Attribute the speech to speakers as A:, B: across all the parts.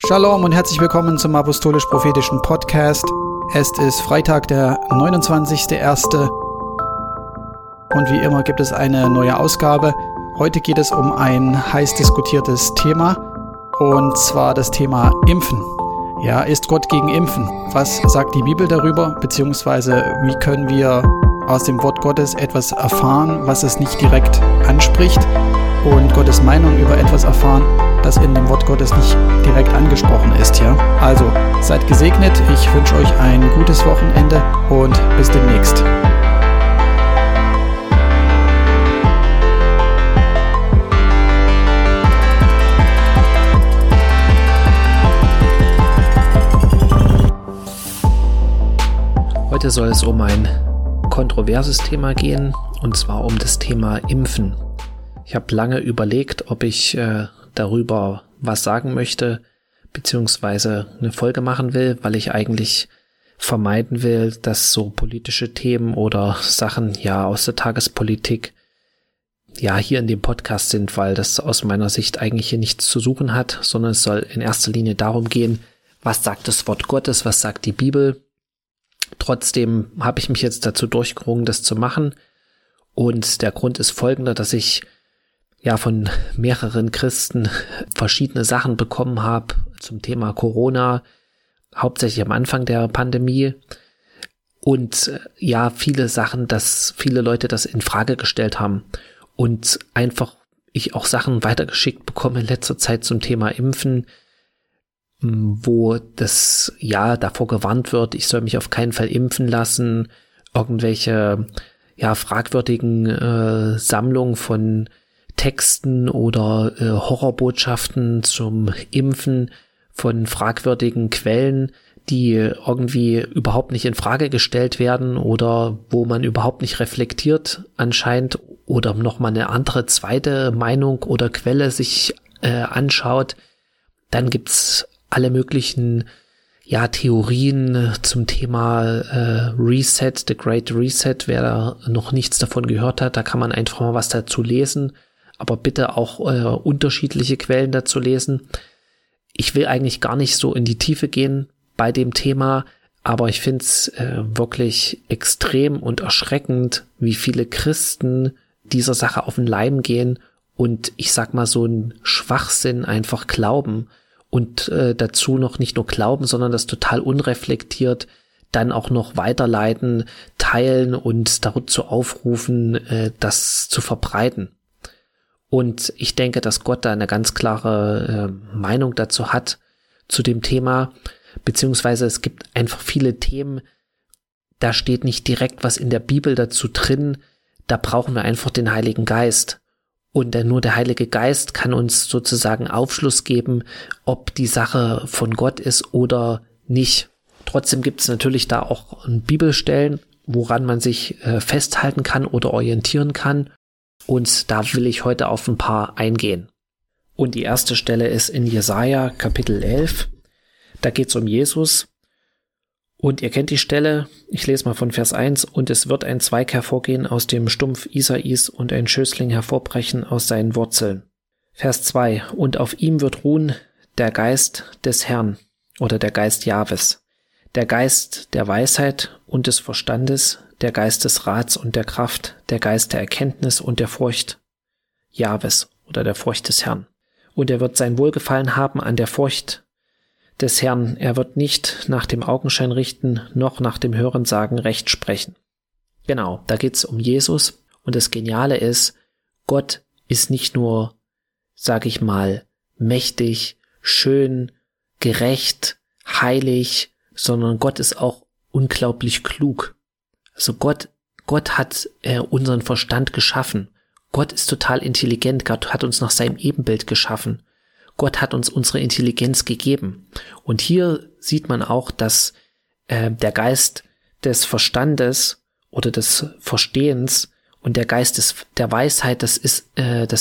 A: Shalom und herzlich willkommen zum Apostolisch-Prophetischen Podcast. Es ist Freitag, der 29.01. Und wie immer gibt es eine neue Ausgabe. Heute geht es um ein heiß diskutiertes Thema, und zwar das Thema Impfen. Ja, ist Gott gegen Impfen? Was sagt die Bibel darüber? Beziehungsweise wie können wir aus dem Wort Gottes etwas erfahren, was es nicht direkt anspricht, und Gottes Meinung über etwas erfahren, das in dem Wort Gottes nicht direkt angesprochen ist, ja? Also, seid gesegnet, ich wünsche euch ein gutes Wochenende und bis demnächst.
B: Heute soll es um ein kontroverses Thema gehen, und zwar um das Thema Impfen. Ich habe lange überlegt, ob ich darüber was sagen möchte, beziehungsweise eine Folge machen will, weil ich eigentlich vermeiden will, dass so politische Themen oder Sachen aus der Tagespolitik hier in dem Podcast sind, weil das aus meiner Sicht eigentlich hier nichts zu suchen hat, sondern es soll in erster Linie darum gehen, was sagt das Wort Gottes, was sagt die Bibel. Trotzdem habe ich mich jetzt dazu durchgerungen, das zu machen, und der Grund ist folgender, dass ich von mehreren Christen verschiedene Sachen bekommen habe zum Thema Corona, hauptsächlich am Anfang der Pandemie, und viele Sachen, dass viele Leute das in Frage gestellt haben und einfach ich auch Sachen weitergeschickt bekomme in letzter Zeit zum Thema Impfen, wo das davor gewarnt wird, ich soll mich auf keinen Fall impfen lassen, irgendwelche fragwürdigen Sammlungen von Texten oder Horrorbotschaften zum Impfen von fragwürdigen Quellen, die irgendwie überhaupt nicht in Frage gestellt werden oder wo man überhaupt nicht reflektiert anscheinend oder nochmal eine andere zweite Meinung oder Quelle sich anschaut. Dann gibt's alle möglichen Theorien zum Thema Reset, The Great Reset. Wer da noch nichts davon gehört hat, da kann man einfach mal was dazu lesen. Aber bitte auch unterschiedliche Quellen dazu lesen. Ich will eigentlich gar nicht so in die Tiefe gehen bei dem Thema, aber ich finde es wirklich extrem und erschreckend, wie viele Christen dieser Sache auf den Leim gehen und ich sag mal so einen Schwachsinn einfach glauben und dazu noch nicht nur glauben, sondern das total unreflektiert dann auch noch weiterleiten, teilen und dazu aufrufen, das zu verbreiten. Und ich denke, dass Gott da eine ganz klare Meinung dazu hat, zu dem Thema, beziehungsweise es gibt einfach viele Themen, da steht nicht direkt was in der Bibel dazu drin, da brauchen wir einfach den Heiligen Geist. Und nur der Heilige Geist kann uns sozusagen Aufschluss geben, ob die Sache von Gott ist oder nicht. Trotzdem gibt es natürlich da auch Bibelstellen, woran man sich festhalten kann oder orientieren kann. Und da will ich heute auf ein paar eingehen. Und die erste Stelle ist in Jesaja Kapitel 11. Da geht es um Jesus. Und ihr kennt die Stelle, ich lese mal von Vers 1. Und es wird ein Zweig hervorgehen aus dem Stumpf Isais und ein Schößling hervorbrechen aus seinen Wurzeln. Vers 2. Und auf ihm wird ruhen der Geist des Herrn oder der Geist Jahwes, der Geist der Weisheit und des Verstandes, der Geist des Rats und der Kraft, der Geist der Erkenntnis und der Furcht Jahwes oder der Furcht des Herrn. Und er wird sein Wohlgefallen haben an der Furcht des Herrn. Er wird nicht nach dem Augenschein richten, noch nach dem Hörensagen Recht sprechen. Genau, da geht's um Jesus. Und das Geniale ist, Gott ist nicht nur, sag ich mal, mächtig, schön, gerecht, heilig, sondern Gott ist auch unglaublich klug. Also Gott hat unseren Verstand geschaffen. Gott ist total intelligent. Gott hat uns nach seinem Ebenbild geschaffen. Gott hat uns unsere Intelligenz gegeben. Und hier sieht man auch, dass der Geist des Verstandes oder des Verstehens und der Geist der Weisheit, ist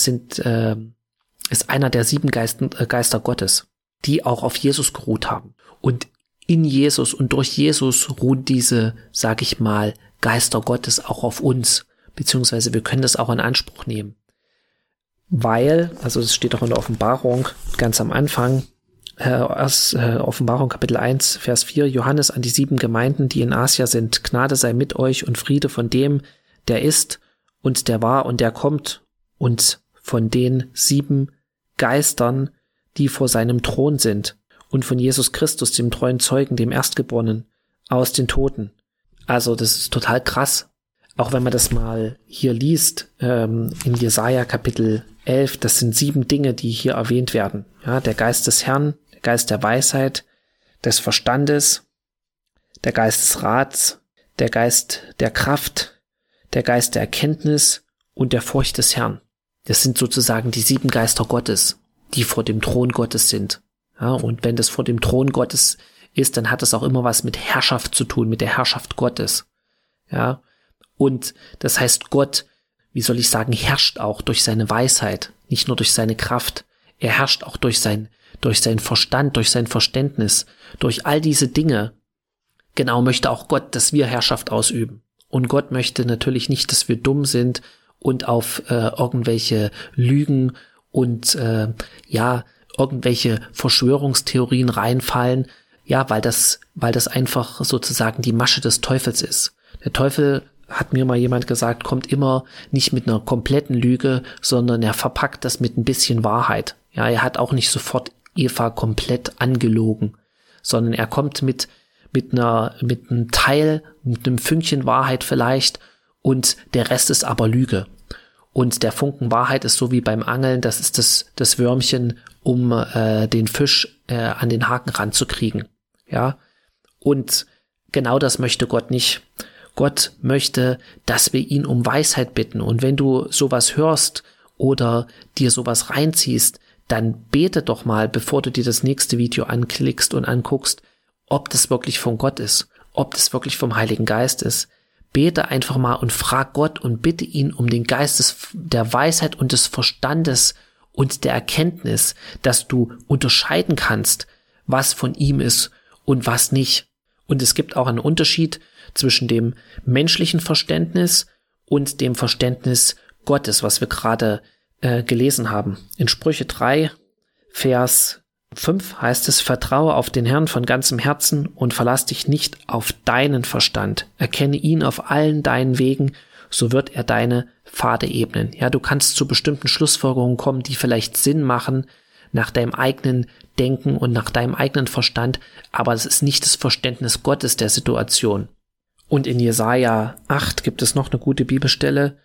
B: einer der 7 Geister Gottes, die auch auf Jesus geruht haben. Und in Jesus und durch Jesus ruhen diese, sag ich mal, Geister Gottes auch auf uns, beziehungsweise wir können das auch in Anspruch nehmen. Weil, also es steht auch in der Offenbarung ganz am Anfang, Offenbarung Kapitel 1, Vers 4, Johannes an die 7 Gemeinden, die in Asia sind, Gnade sei mit euch und Friede von dem, der ist und der war und der kommt und von den 7 Geistern, die vor seinem Thron sind und von Jesus Christus, dem treuen Zeugen, dem Erstgeborenen, aus den Toten. Also das ist total krass. Auch wenn man das mal hier liest, in Jesaja Kapitel 11, das sind 7 Dinge, die hier erwähnt werden. Ja, der Geist des Herrn, der Geist der Weisheit, des Verstandes, der Geist des Rats, der Geist der Kraft, der Geist der Erkenntnis und der Furcht des Herrn. Das sind sozusagen die 7 Geister Gottes, die vor dem Thron Gottes sind. Ja, und wenn das vor dem Thron Gottes ist, dann hat es auch immer was mit Herrschaft zu tun, mit der Herrschaft Gottes. Ja, und das heißt, Gott, wie soll ich sagen, herrscht auch durch seine Weisheit, nicht nur durch seine Kraft. Er herrscht auch durch seinen Verstand, durch sein Verständnis, durch all diese Dinge. Genau möchte auch Gott, dass wir Herrschaft ausüben. Und Gott möchte natürlich nicht, dass wir dumm sind und auf irgendwelche Lügen und irgendwelche Verschwörungstheorien reinfallen, ja, weil das einfach sozusagen die Masche des Teufels ist. Der Teufel, hat mir mal jemand gesagt, kommt immer nicht mit einer kompletten Lüge, sondern er verpackt das mit ein bisschen Wahrheit. Ja, er hat auch nicht sofort Eva komplett angelogen, sondern er kommt mit einem Teil, mit einem Fünkchen Wahrheit vielleicht und der Rest ist aber Lüge. Und der Funken Wahrheit ist so wie beim Angeln, das ist das Würmchen, um den Fisch an den Haken ranzukriegen. Ja, und genau das möchte Gott nicht. Gott möchte, dass wir ihn um Weisheit bitten. Und wenn du sowas hörst oder dir sowas reinziehst, dann bete doch mal, bevor du dir das nächste Video anklickst und anguckst, ob das wirklich von Gott ist, ob das wirklich vom Heiligen Geist ist. Bete einfach mal und frag Gott und bitte ihn um den Geist der Weisheit und des Verstandes und der Erkenntnis, dass du unterscheiden kannst, was von ihm ist und was nicht. Und es gibt auch einen Unterschied zwischen dem menschlichen Verständnis und dem Verständnis Gottes, was wir gerade gelesen haben. In Sprüche 3, Vers 5 heißt es, vertraue auf den Herrn von ganzem Herzen und verlass dich nicht auf deinen Verstand. Erkenne ihn auf allen deinen Wegen, so wird er deine Pfade ebnen. Ja, du kannst zu bestimmten Schlussfolgerungen kommen, die vielleicht Sinn machen nach deinem eigenen Denken und nach deinem eigenen Verstand, aber es ist nicht das Verständnis Gottes der Situation. Und in Jesaja 8 gibt es noch eine gute Bibelstelle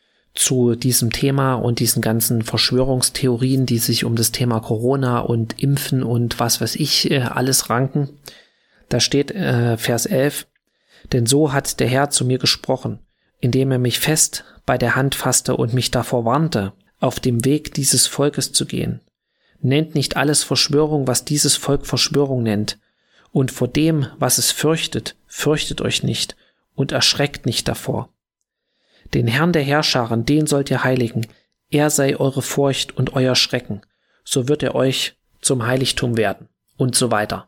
B: zu diesem Thema und diesen ganzen Verschwörungstheorien, die sich um das Thema Corona und Impfen und was weiß ich alles ranken. Da steht Vers 11, denn so hat der Herr zu mir gesprochen, indem er mich fest bei der Hand fasste und mich davor warnte, auf dem Weg dieses Volkes zu gehen. Nennt nicht alles Verschwörung, was dieses Volk Verschwörung nennt. Und vor dem, was es fürchtet, fürchtet euch nicht und erschreckt nicht davor. Den Herrn der Herrscharen, den sollt ihr heiligen. Er sei eure Furcht und euer Schrecken. So wird er euch zum Heiligtum werden. Und so weiter.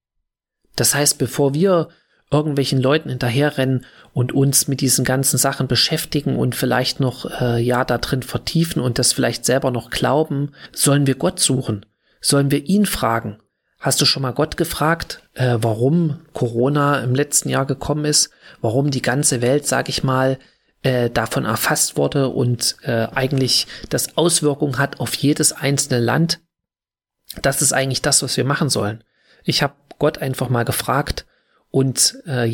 B: Das heißt, bevor wir irgendwelchen Leuten hinterherrennen und uns mit diesen ganzen Sachen beschäftigen und vielleicht noch da drin vertiefen und das vielleicht selber noch glauben, sollen wir Gott suchen. Sollen wir ihn fragen. Hast du schon mal Gott gefragt, warum Corona im letzten Jahr gekommen ist? Warum die ganze Welt, sag ich mal, davon erfasst wurde und eigentlich das Auswirkungen hat auf jedes einzelne Land? Das ist eigentlich das, was wir machen sollen. Ich habe Gott einfach mal gefragt und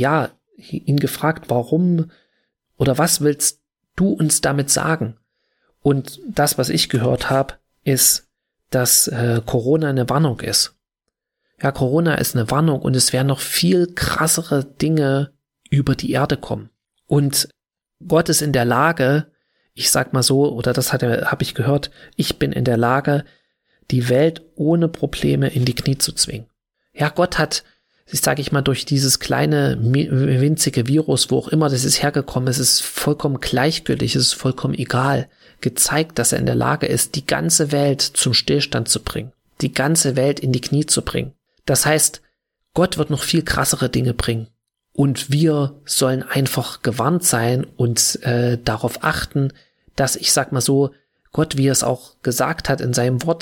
B: ihn gefragt, warum oder was willst du uns damit sagen? Und das, was ich gehört habe, ist, dass Corona eine Warnung ist. Ja, Corona ist eine Warnung und es werden noch viel krassere Dinge über die Erde kommen. Und Gott ist in der Lage, ich sag mal so, oder das habe ich gehört, ich bin in der Lage, die Welt ohne Probleme in die Knie zu zwingen. Ja, Gott hat, sage ich mal, durch dieses kleine, winzige Virus, wo auch immer das ist hergekommen, es ist vollkommen gleichgültig, es ist vollkommen egal, gezeigt, dass er in der Lage ist, die ganze Welt zum Stillstand zu bringen, die ganze Welt in die Knie zu bringen. Das heißt, Gott wird noch viel krassere Dinge bringen. Und wir sollen einfach gewarnt sein und darauf achten, dass, ich sag mal so, Gott, wie er es auch gesagt hat in seinem Wort,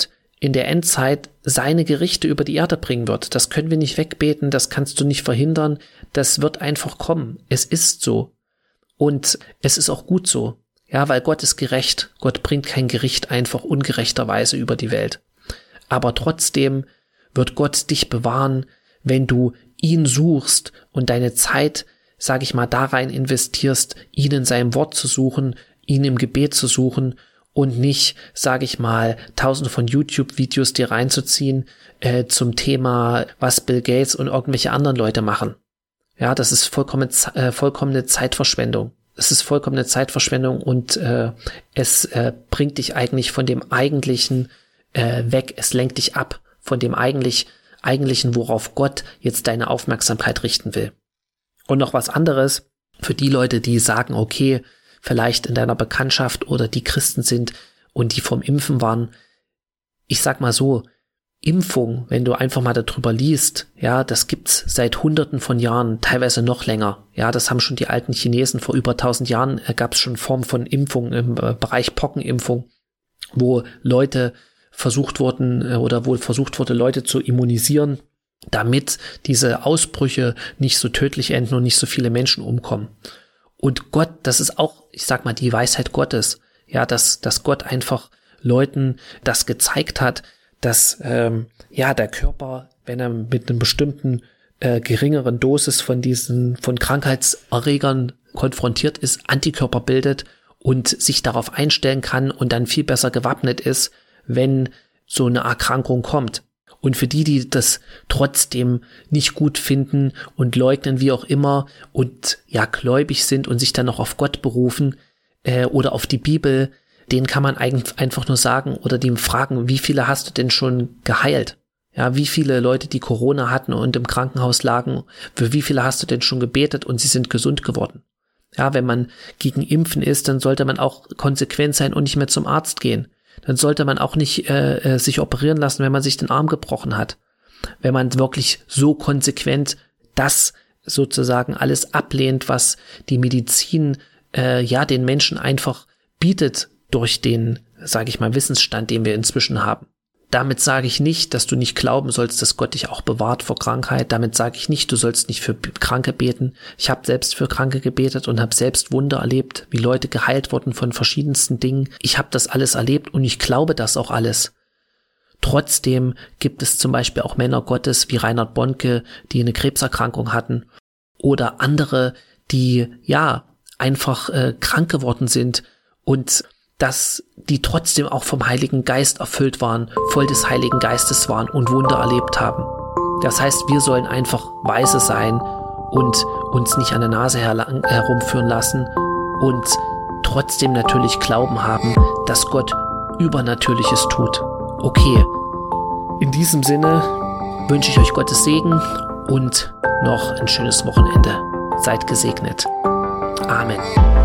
B: in der Endzeit seine Gerichte über die Erde bringen wird. Das können wir nicht wegbeten, das kannst du nicht verhindern, das wird einfach kommen. Es ist so. Und es ist auch gut so. Ja, weil Gott ist gerecht. Gott bringt kein Gericht einfach ungerechterweise über die Welt. Aber trotzdem wird Gott dich bewahren, wenn du ihn suchst und deine Zeit, sage ich mal, da rein investierst, ihn in seinem Wort zu suchen, ihn im Gebet zu suchen und nicht, sage ich mal, tausende von YouTube-Videos dir reinzuziehen zum Thema, was Bill Gates und irgendwelche anderen Leute machen. Ja, das ist vollkommene Zeitverschwendung. Es ist vollkommene Zeitverschwendung und es bringt dich eigentlich von dem Eigentlichen weg. Es lenkt dich ab von dem Eigentlichen, worauf Gott jetzt deine Aufmerksamkeit richten will. Und noch was anderes für die Leute, die sagen, okay, vielleicht in deiner Bekanntschaft oder die Christen sind und die vom Impfen waren. Ich sag mal so, Impfung, wenn du einfach mal darüber liest, ja, das gibt's seit Hunderten von Jahren, teilweise noch länger. Ja, das haben schon die alten Chinesen vor über 1000 Jahren, gab's schon Formen von Impfung im Bereich Pockenimpfung, wo Leute versucht wurde, Leute zu immunisieren, damit diese Ausbrüche nicht so tödlich enden und nicht so viele Menschen umkommen. Und Gott, das ist auch, ich sag mal, die Weisheit Gottes, ja, dass Gott einfach Leuten das gezeigt hat, dass der Körper, wenn er mit einem bestimmten geringeren Dosis von Krankheitserregern konfrontiert ist, Antikörper bildet und sich darauf einstellen kann und dann viel besser gewappnet ist, wenn so eine Erkrankung kommt. Und für die das trotzdem nicht gut finden und leugnen, wie auch immer, und ja gläubig sind und sich dann noch auf Gott berufen oder auf die Bibel, denen kann man eigentlich einfach nur sagen oder die fragen, wie viele hast du denn schon geheilt? Ja, wie viele Leute, die Corona hatten und im Krankenhaus lagen, für wie viele hast du denn schon gebetet und sie sind gesund geworden? Ja, wenn man gegen Impfen ist, dann sollte man auch konsequent sein und nicht mehr zum Arzt gehen. Dann sollte man auch nicht sich operieren lassen, wenn man sich den Arm gebrochen hat. Wenn man wirklich so konsequent das sozusagen alles ablehnt, was die Medizin den Menschen einfach bietet durch den, sage ich mal, Wissensstand, den wir inzwischen haben. Damit sage ich nicht, dass du nicht glauben sollst, dass Gott dich auch bewahrt vor Krankheit. Damit sage ich nicht, du sollst nicht für Kranke beten. Ich habe selbst für Kranke gebetet und habe selbst Wunder erlebt, wie Leute geheilt wurden von verschiedensten Dingen. Ich habe das alles erlebt und ich glaube das auch alles. Trotzdem gibt es zum Beispiel auch Männer Gottes wie Reinhard Bonnke, die eine Krebserkrankung hatten oder andere, die einfach krank geworden sind und dass die trotzdem auch vom Heiligen Geist erfüllt waren, voll des Heiligen Geistes waren und Wunder erlebt haben. Das heißt, wir sollen einfach weise sein und uns nicht an der Nase herumführen lassen und trotzdem natürlich Glauben haben, dass Gott Übernatürliches tut. Okay, in diesem Sinne wünsche ich euch Gottes Segen und noch ein schönes Wochenende. Seid gesegnet. Amen.